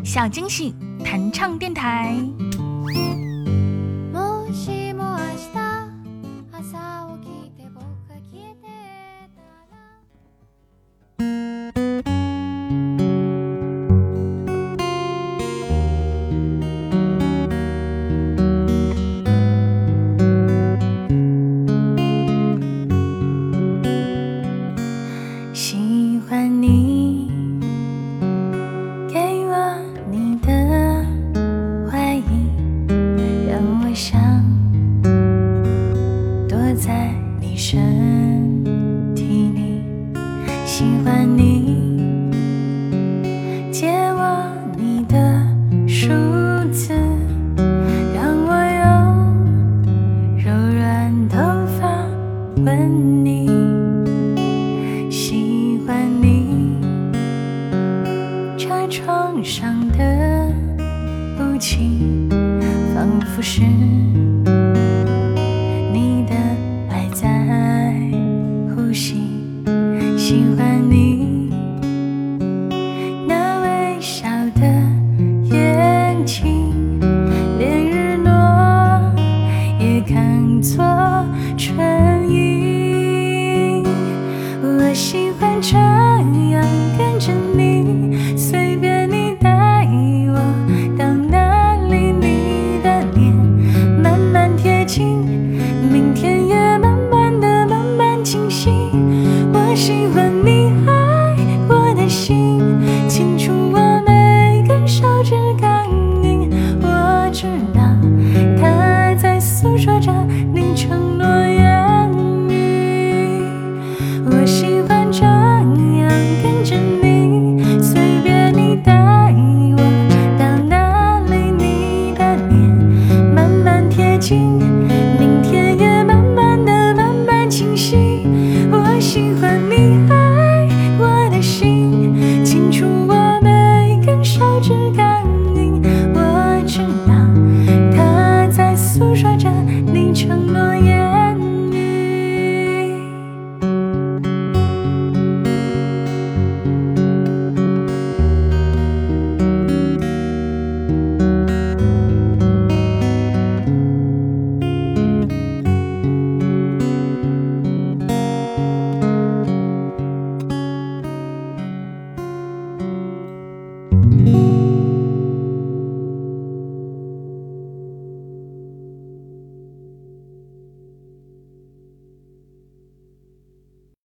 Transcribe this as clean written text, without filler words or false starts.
小惊喜弹唱电台。喜欢你给我你的怀疑，让我想躲在你身体里。喜欢你借我你的数字，让我用柔软头发吻你。喜欢你车窗上的雾气，仿佛是你的爱在呼吸。喜欢你那微笑的眼睛，连日落也看作春意。我喜欢这样跟着你，